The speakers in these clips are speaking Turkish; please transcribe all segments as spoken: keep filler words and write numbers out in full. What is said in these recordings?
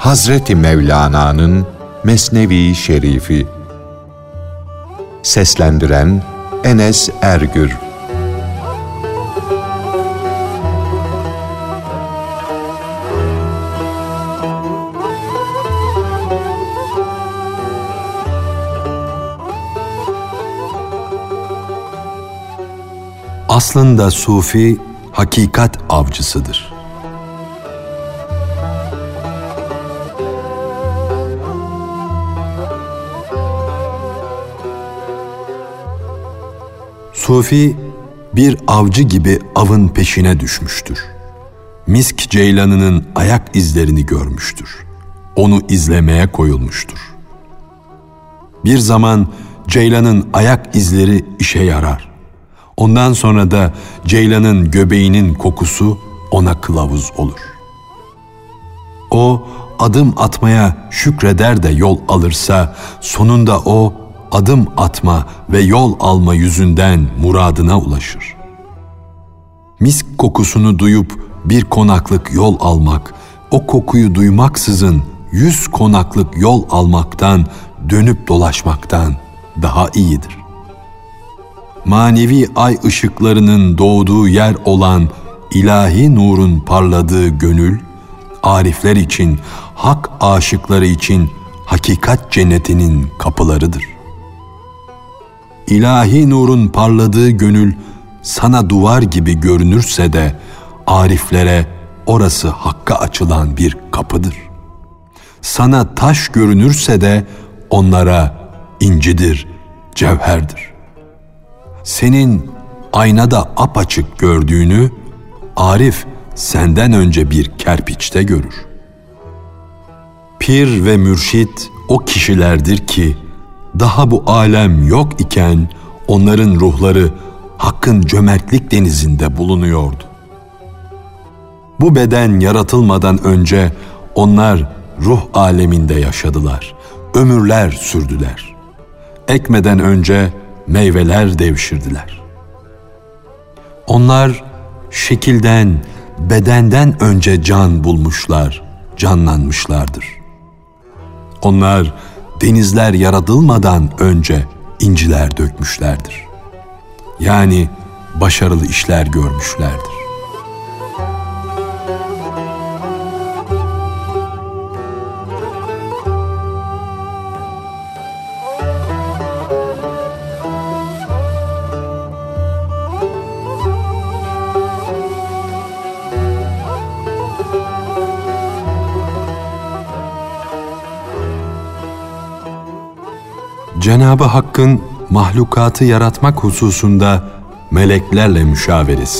Hazreti Mevlana'nın Mesnevi Şerifi. Seslendiren Enes Ergür. Aslında sufi hakikat avcısıdır. Sufi bir avcı gibi avın peşine düşmüştür. Misk ceylanının ayak izlerini görmüştür. Onu izlemeye koyulmuştur. Bir zaman ceylanın ayak izleri işe yarar. Ondan sonra da ceylanın göbeğinin kokusu ona kılavuz olur. O adım atmaya şükreder de yol alırsa, sonunda o adım atma ve yol alma yüzünden muradına ulaşır. Misk kokusunu duyup bir konaklık yol almak, o kokuyu duymaksızın yüz konaklık yol almaktan, dönüp dolaşmaktan daha iyidir. Manevi ay ışıklarının doğduğu yer olan ilahi nurun parladığı gönül, arifler için, hak aşıkları için hakikat cennetinin kapılarıdır. İlahi nurun parladığı gönül sana duvar gibi görünürse de ariflere orası hakka açılan bir kapıdır. Sana taş görünürse de onlara incidir, cevherdir. Senin aynada apaçık gördüğünü arif senden önce bir kerpiçte görür. Pir ve mürşit o kişilerdir ki daha bu alem yok iken onların ruhları Hakk'ın cömertlik denizinde bulunuyordu. Bu beden yaratılmadan önce onlar ruh aleminde yaşadılar, ömürler sürdüler. Ekmeden önce meyveler devşirdiler. Onlar şekilden, bedenden önce can bulmuşlar, canlanmışlardır. Onlar denizler yaratılmadan önce inciler dökmüşlerdir. Yani başarılı işler görmüşlerdir. Cenab-ı Hakk'ın mahlukatı yaratmak hususunda meleklerle müşaveresi.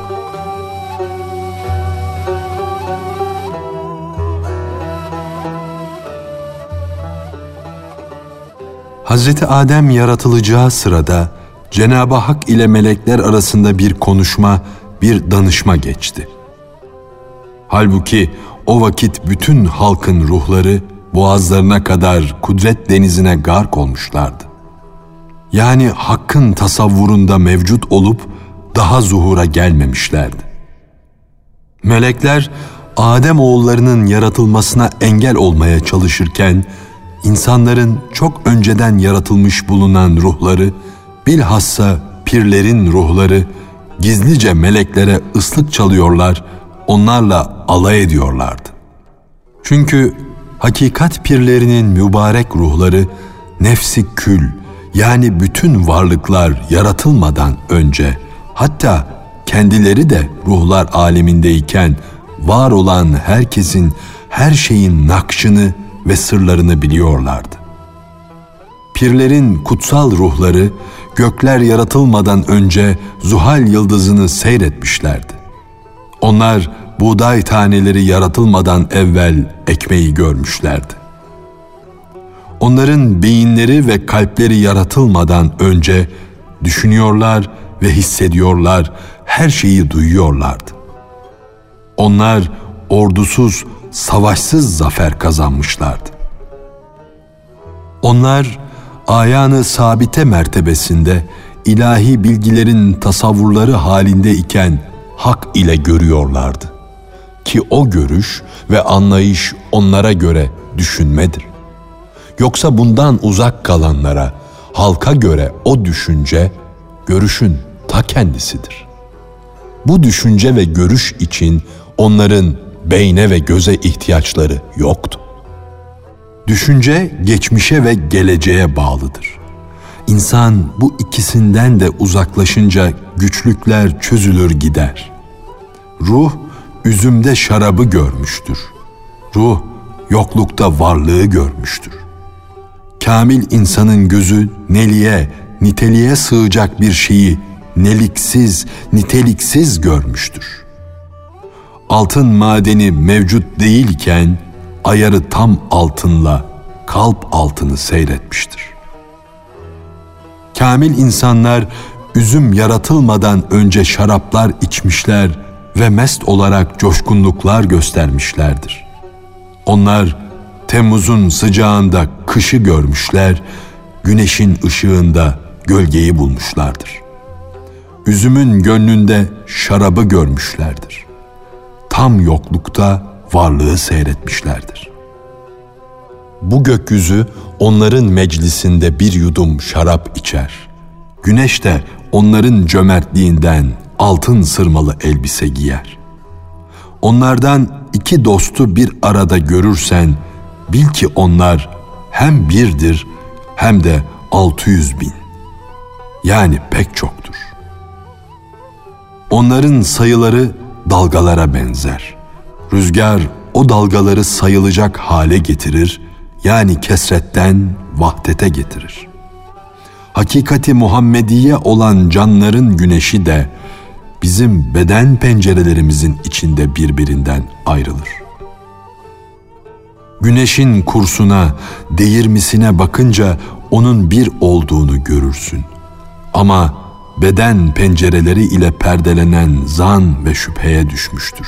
Hazreti Adem yaratılacağı sırada Cenab-ı Hak ile melekler arasında bir konuşma, bir danışma geçti. Halbuki o vakit bütün halkın ruhları boğazlarına kadar kudret denizine gark olmuşlardı. Yani Hakk'ın tasavvurunda mevcut olup daha zuhura gelmemişlerdi. Melekler Adem oğullarının yaratılmasına engel olmaya çalışırken insanların çok önceden yaratılmış bulunan ruhları, bilhassa pirlerin ruhları gizlice meleklere ıslık çalıyorlar, onlarla alay ediyorlardı. Çünkü hakikat pirlerinin mübarek ruhları nefsi kül, yani bütün varlıklar yaratılmadan önce, hatta kendileri de ruhlar alemindeyken var olan herkesin, her şeyin nakşını ve sırlarını biliyorlardı. Pirlerin kutsal ruhları gökler yaratılmadan önce Zuhal yıldızını seyretmişlerdi. Onlar buğday taneleri yaratılmadan evvel ekmeği görmüşlerdi. Onların beyinleri ve kalpleri yaratılmadan önce düşünüyorlar ve hissediyorlar, her şeyi duyuyorlardı. Onlar ordusuz, savaşsız zafer kazanmışlardı. Onlar ayağını sabite mertebesinde ilahi bilgilerin tasavvurları halinde iken hak ile görüyorlardı. Ki o görüş ve anlayış onlara göre düşünmedir. Yoksa bundan uzak kalanlara, halka göre o düşünce, görüşün ta kendisidir. Bu düşünce ve görüş için onların beyne ve göze ihtiyaçları yoktu. Düşünce geçmişe ve geleceğe bağlıdır. İnsan bu ikisinden de uzaklaşınca güçlükler çözülür gider. Ruh, üzümde şarabı görmüştür. Ruh, yoklukta varlığı görmüştür. Kamil insanın gözü neliğe, niteliğe sığacak bir şeyi neliksiz, niteliksiz görmüştür. Altın madeni mevcut değilken ayarı tam altınla kalp altını seyretmiştir. Kamil insanlar üzüm yaratılmadan önce şaraplar içmişler ve mest olarak coşkunluklar göstermişlerdir. Onlar Temmuz'un sıcağında kışı görmüşler, güneşin ışığında gölgeyi bulmuşlardır. Üzümün gönlünde şarabı görmüşlerdir. Tam yoklukta varlığı seyretmişlerdir. Bu gökyüzü onların meclisinde bir yudum şarap içer. Güneş de onların cömertliğinden altın sırmalı elbise giyer. Onlardan iki dostu bir arada görürsen, bil ki onlar hem birdir hem de altı yüz bin. Yani pek çoktur. Onların sayıları dalgalara benzer. Rüzgar o dalgaları sayılacak hale getirir, yani kesretten vahdete getirir. Hakikati Muhammediye olan canların güneşi de bizim beden pencerelerimizin içinde birbirinden ayrılır. Güneşin kursuna, değirmisine bakınca onun bir olduğunu görürsün. Ama beden pencereleri ile perdelenen zan ve şüpheye düşmüştür.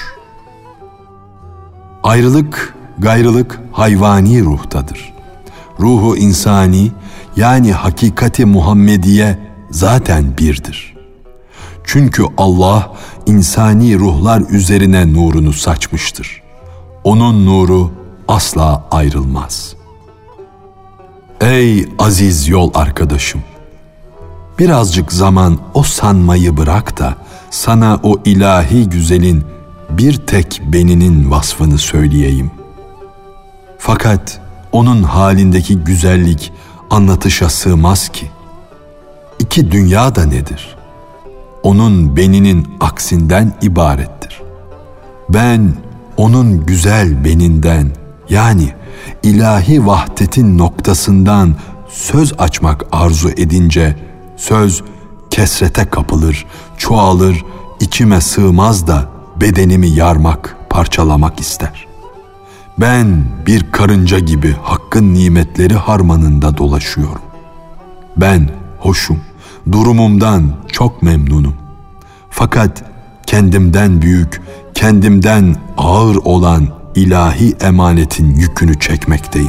Ayrılık, gayrılık hayvani ruhtadır. Ruhu insani, yani hakikati Muhammediye zaten birdir. Çünkü Allah insani ruhlar üzerine nurunu saçmıştır. Onun nuru asla ayrılmaz. Ey aziz yol arkadaşım! Birazcık zaman o sanmayı bırak da sana o ilahi güzelin bir tek beninin vasfını söyleyeyim. Fakat onun halindeki güzellik anlatışa sığmaz ki. İki dünya da nedir? Onun beninin aksinden ibarettir. Ben onun güzel beninden, yani ilahi vahdetin noktasından söz açmak arzu edince söz kesrete kapılır, çoğalır, içime sığmaz da bedenimi yarmak, parçalamak ister. Ben bir karınca gibi hakkın nimetleri harmanında dolaşıyorum. Ben hoşum, durumumdan çok memnunum. Fakat kendimden büyük, kendimden ağır olan ilahi emanetin yükünü çekmekteyim.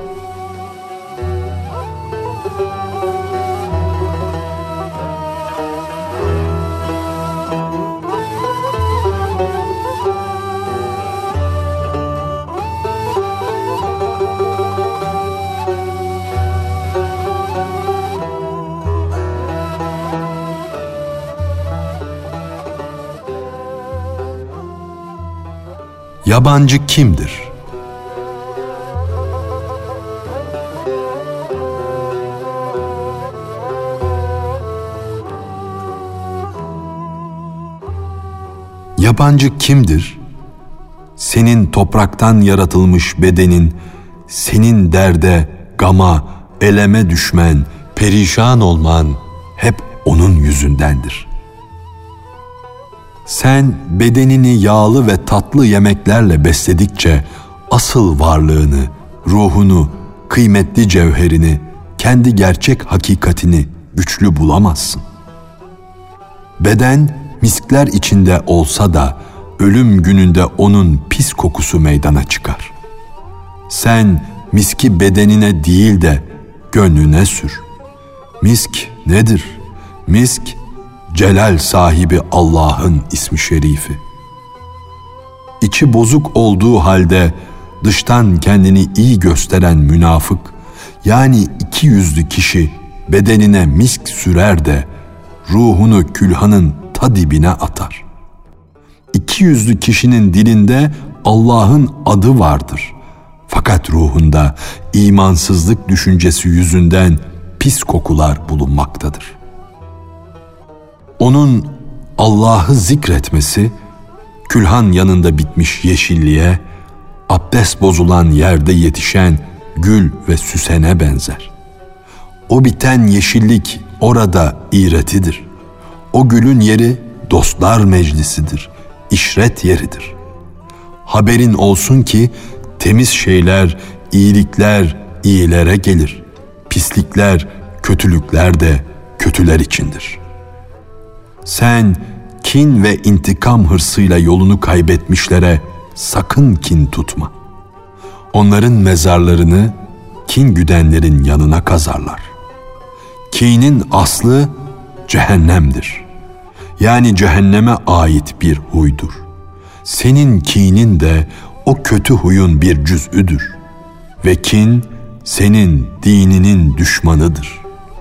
Yabancı kimdir? Yabancı kimdir? Senin topraktan yaratılmış bedenin, senin derde, gama, eleme düşmen, perişan olman hep onun yüzündendir. Sen bedenini yağlı ve tatlı yemeklerle besledikçe asıl varlığını, ruhunu, kıymetli cevherini, kendi gerçek hakikatini güçlü bulamazsın. Beden miskler içinde olsa da ölüm gününde onun pis kokusu meydana çıkar. Sen miski bedenine değil de gönlüne sür. Misk nedir? Misk, Celal sahibi Allah'ın ismi şerifi. İçi bozuk olduğu halde dıştan kendini iyi gösteren münafık, yani iki yüzlü kişi bedenine misk sürer de ruhunu külhanın ta dibine atar. İki yüzlü kişinin dilinde Allah'ın adı vardır. Fakat ruhunda imansızlık düşüncesi yüzünden pis kokular bulunmaktadır. Onun Allah'ı zikretmesi, külhan yanında bitmiş yeşilliğe, abdest bozulan yerde yetişen gül ve süsene benzer. O biten yeşillik orada iğretidir. O gülün yeri dostlar meclisidir, işret yeridir. Haberin olsun ki temiz şeyler, iyilikler iyilere gelir. Pislikler, kötülükler de kötüler içindir. Sen kin ve intikam hırsıyla yolunu kaybetmişlere sakın kin tutma. Onların mezarlarını kin güdenlerin yanına kazarlar. Kinin aslı cehennemdir. Yani cehenneme ait bir huydur. Senin kinin de o kötü huyun bir cüz'üdür. Ve kin senin dininin düşmanıdır.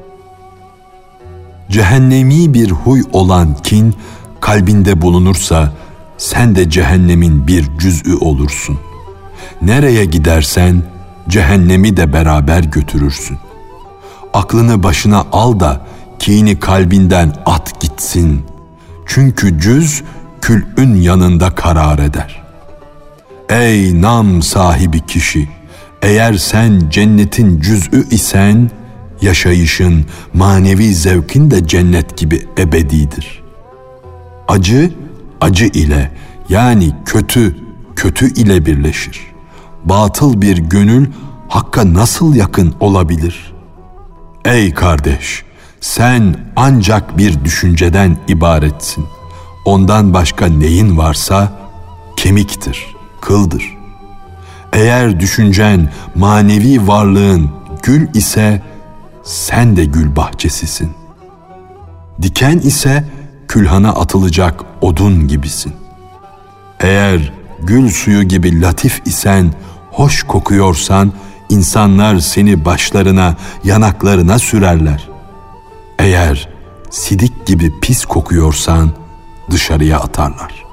Cehennemi bir huy olan kin kalbinde bulunursa sen de cehennemin bir cüz'ü olursun. Nereye gidersen cehennemi de beraber götürürsün. Aklını başına al da kini kalbinden at gitsin. Çünkü cüz kül'ün yanında karar eder. Ey nam sahibi kişi, eğer sen cennetin cüz'ü isen, yaşayışın, manevi zevkin de cennet gibi ebedidir. Acı, acı ile, yani kötü, kötü ile birleşir. Batıl bir gönül hakka nasıl yakın olabilir? Ey kardeş, sen ancak bir düşünceden ibaretsin. Ondan başka neyin varsa kemiktir, kıldır. Eğer düşüncen, manevi varlığın gül ise sen de gül bahçesisin. Diken ise külhana atılacak odun gibisin. Eğer gül suyu gibi latif isen, hoş kokuyorsan, insanlar seni başlarına, yanaklarına sürerler. Eğer sidik gibi pis kokuyorsan, dışarıya atarlar.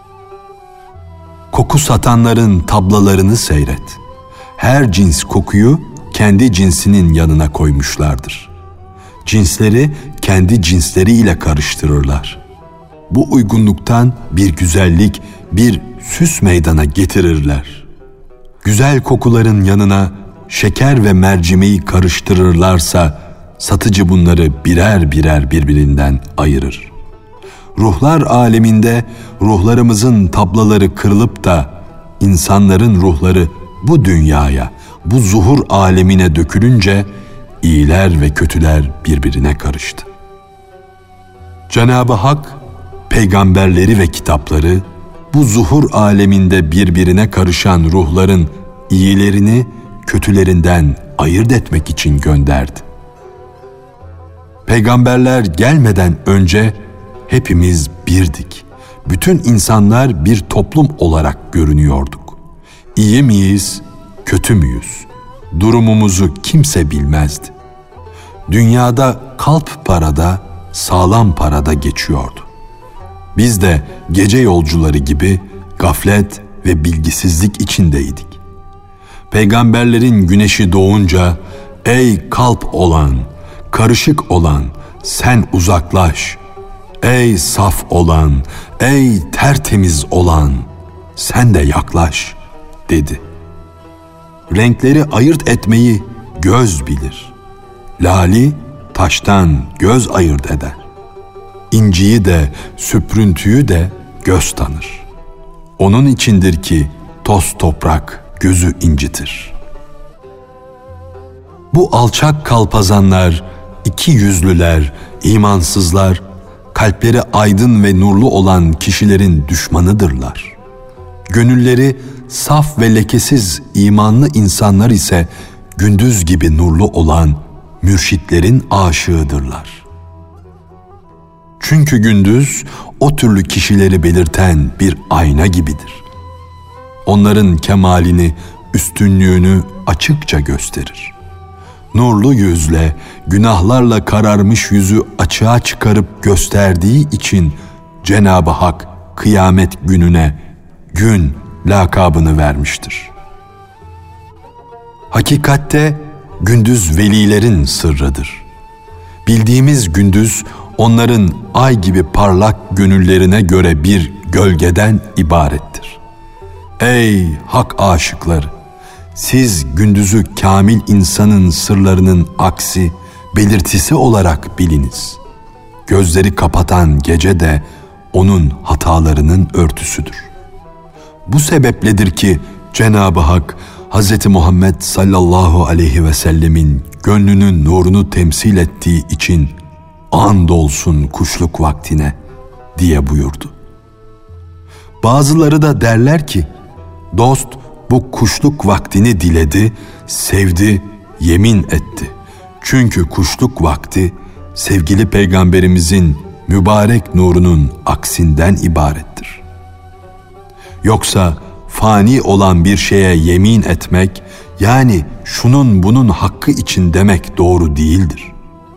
Koku satanların tablalarını seyret. Her cins kokuyu kendi cinsinin yanına koymuşlardır. Cinsleri kendi cinsleriyle karıştırırlar. Bu uygunluktan bir güzellik, bir süs meydana getirirler. Güzel kokuların yanına şeker ve mercimeği karıştırırlarsa, satıcı bunları birer birer birbirinden ayırır. Ruhlar aleminde ruhlarımızın tablaları kırılıp da insanların ruhları bu dünyaya, bu zuhur alemine dökülünce iyiler ve kötüler birbirine karıştı. Cenab-ı Hak peygamberleri ve kitapları bu zuhur aleminde birbirine karışan ruhların iyilerini kötülerinden ayırt etmek için gönderdi. Peygamberler gelmeden önce hepimiz birdik. Bütün insanlar bir toplum olarak görünüyorduk. İyi miyiz, kötü müyüz? Durumumuzu kimse bilmezdi. Dünyada kalp parada, sağlam parada geçiyordu. Biz de gece yolcuları gibi gaflet ve bilgisizlik içindeydik. Peygamberlerin güneşi doğunca, ey kalp olan, karışık olan, sen uzaklaş. Ey saf olan, ey tertemiz olan, sen de yaklaş, dedi. Renkleri ayırt etmeyi göz bilir. Lali taştan göz ayırt eder. İnciyi de, süprüntüyü de göz tanır. Onun içindir ki toz toprak gözü incitir. Bu alçak kalpazanlar, iki yüzlüler, imansızlar, kalpleri aydın ve nurlu olan kişilerin düşmanıdırlar. Gönülleri saf ve lekesiz imanlı insanlar ise gündüz gibi nurlu olan mürşitlerin aşığıdırlar. Çünkü gündüz o türlü kişileri belirten bir ayna gibidir. onların kemalini, üstünlüğünü açıkça gösterir. Nurlu yüzle, günahlarla kararmış yüzü açığa çıkarıp gösterdiği için Cenab-ı Hak kıyamet gününe gün lakabını vermiştir. Hakikatte gündüz velilerin sırrıdır. Bildiğimiz gündüz onların ay gibi parlak gönüllerine göre bir gölgeden ibarettir. Ey hak aşıkları! Siz gündüzü kamil insanın sırlarının aksi, belirtisi olarak biliniz. Gözleri kapatan gece de onun hatalarının örtüsüdür. Bu sebepledir ki Cenab-ı Hak Hz. Muhammed sallallahu aleyhi ve sellemin gönlünün nurunu temsil ettiği için andolsun kuşluk vaktine diye buyurdu. Bazıları da derler ki, dost bu kuşluk vaktini diledi, sevdi, yemin etti. Çünkü kuşluk vakti sevgili Peygamberimizin mübarek nurunun aksinden ibarettir. Yoksa fani olan bir şeye yemin etmek, yani şunun bunun hakkı için demek doğru değildir.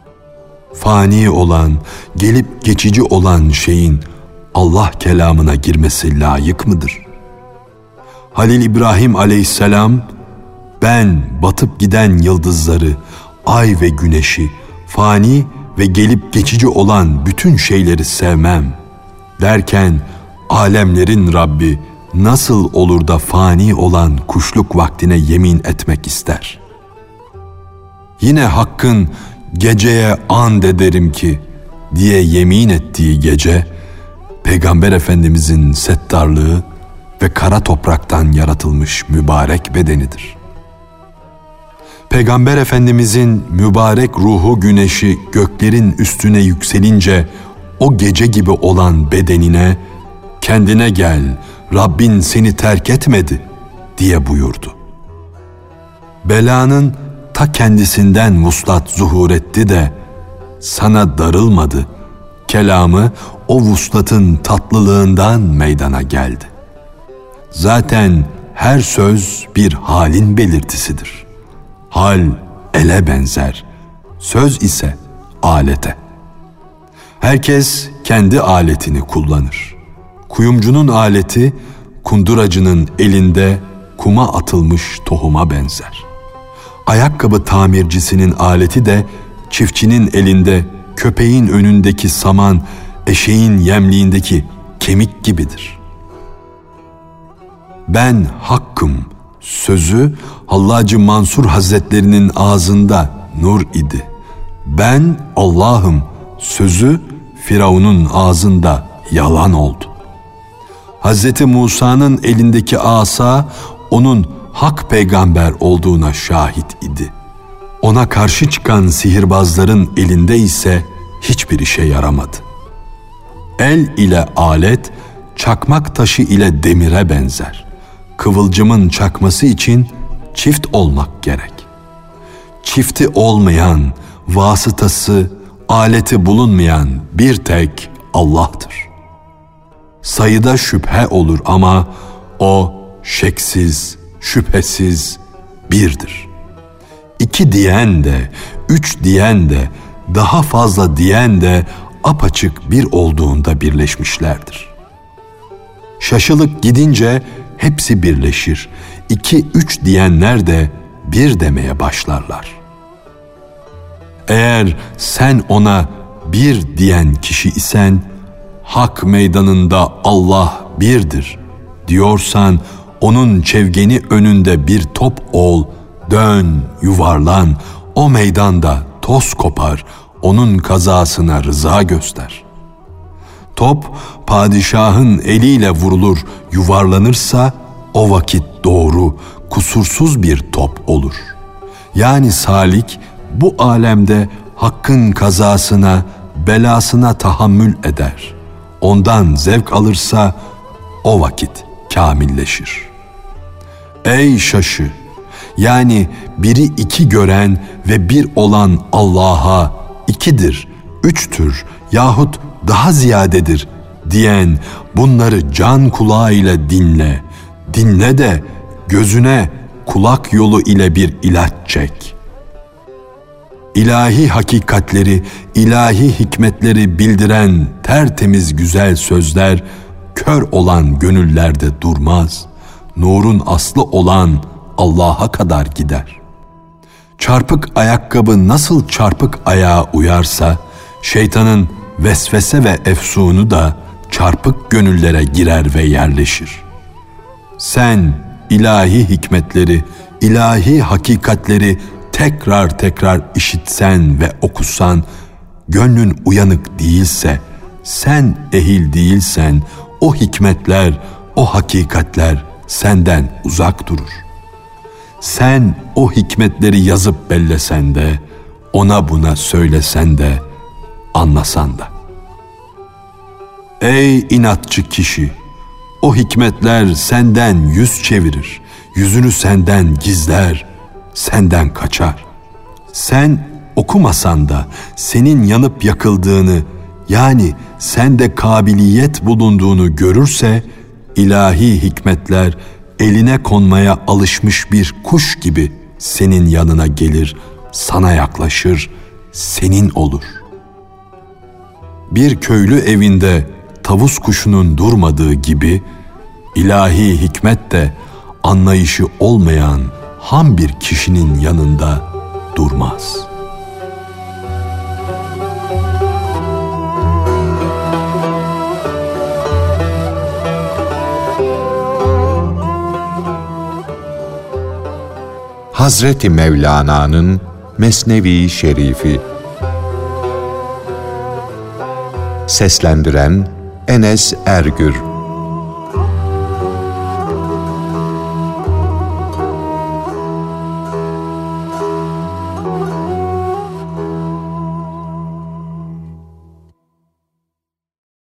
Fani olan, gelip geçici olan şeyin Allah kelamına girmesi layık mıdır? Halil İbrahim aleyhisselam, ben batıp giden yıldızları, ay ve güneşi, fani ve gelip geçici olan bütün şeyleri sevmem derken, alemlerin Rabbi nasıl olur da fani olan kuşluk vaktine yemin etmek ister? Yine Hakk'ın geceye and ederim ki diye yemin ettiği gece, Peygamber Efendimizin settarlığı ve kara topraktan yaratılmış mübarek bedenidir. Peygamber Efendimizin mübarek ruhu güneşi göklerin üstüne yükselince o gece gibi olan bedenine kendine gel, Rabbin seni terk etmedi diye buyurdu. Belanın ta kendisinden vuslat zuhur etti de sana darılmadı. Kelamı o vuslatın tatlılığından meydana geldi. Zaten her söz bir halin belirtisidir. Hal ele benzer, söz ise alete. Herkes kendi aletini kullanır. Kuyumcunun aleti, kunduracının elinde kuma atılmış tohuma benzer. Ayakkabı tamircisinin aleti de çiftçinin elinde köpeğin önündeki saman, eşeğin yemliğindeki kemik gibidir. Ben hakkım sözü Hallacı Mansur Hazretlerinin ağzında nur idi. Ben Allah'ım sözü Firavun'un ağzında yalan oldu. Hazreti Musa'nın elindeki asa onun hak peygamber olduğuna şahit idi. Ona karşı çıkan sihirbazların elinde ise hiçbir işe yaramadı. El ile alet, çakmak taşı ile demire benzer. Kıvılcımın çakması için çift olmak gerek. Çifti olmayan, vasıtası, aleti bulunmayan bir tek Allah'tır. Sayıda şüphe olur ama o şeksiz, şüphesiz birdir. İki diyen de, üç diyen de, daha fazla diyen de apaçık bir olduğunda birleşmişlerdir. Şaşılık gidince hepsi birleşir. İki, üç diyenler de bir demeye başlarlar. Eğer sen ona bir diyen kişi isen, hak meydanında Allah birdir diyorsan, onun çevgeni önünde bir top ol, dön, yuvarlan, o meydanda toz kopar, onun kazasına rıza göster. Top, padişahın eliyle vurulur, yuvarlanırsa, o vakit doğru, kusursuz bir top olur. Yani salik, bu alemde hakkın kazasına, belasına tahammül eder. Ondan zevk alırsa, o vakit kamilleşir. Ey şaşı! Yani biri iki gören ve bir olan Allah'a ikidir, üçtür yahut daha ziyadedir diyen bunları can kulağıyla dinle, Dinle de gözüne kulak yolu ile bir ilaç çek. İlahi hakikatleri, ilahi hikmetleri bildiren tertemiz güzel sözler kör olan gönüllerde durmaz. Nurun aslı olan Allah'a kadar gider. Çarpık ayakkabı nasıl çarpık ayağa uyarsa, şeytanın vesvese ve efsunu da çarpık gönüllere girer ve yerleşir. Sen ilahi hikmetleri, ilahi hakikatleri tekrar tekrar işitsen ve okusan, gönlün uyanık değilse, sen ehil değilsen, o hikmetler, o hakikatler senden uzak durur. Sen o hikmetleri yazıp bellesen de, ona buna söylesen de, anlasan da. Ey inatçı kişi! O hikmetler senden yüz çevirir, yüzünü senden gizler, senden kaçar. Sen okumasan da senin yanıp yakıldığını, yani sende kabiliyet bulunduğunu görürse, ilahi hikmetler eline konmaya alışmış bir kuş gibi senin yanına gelir, sana yaklaşır, senin olur. Bir köylü evinde tavus kuşunun durmadığı gibi, ilahi hikmet de anlayışı olmayan ham bir kişinin yanında durmaz. Hazreti Mevlana'nın Mesnevi Şerifi. Seslendiren Enes Ergür.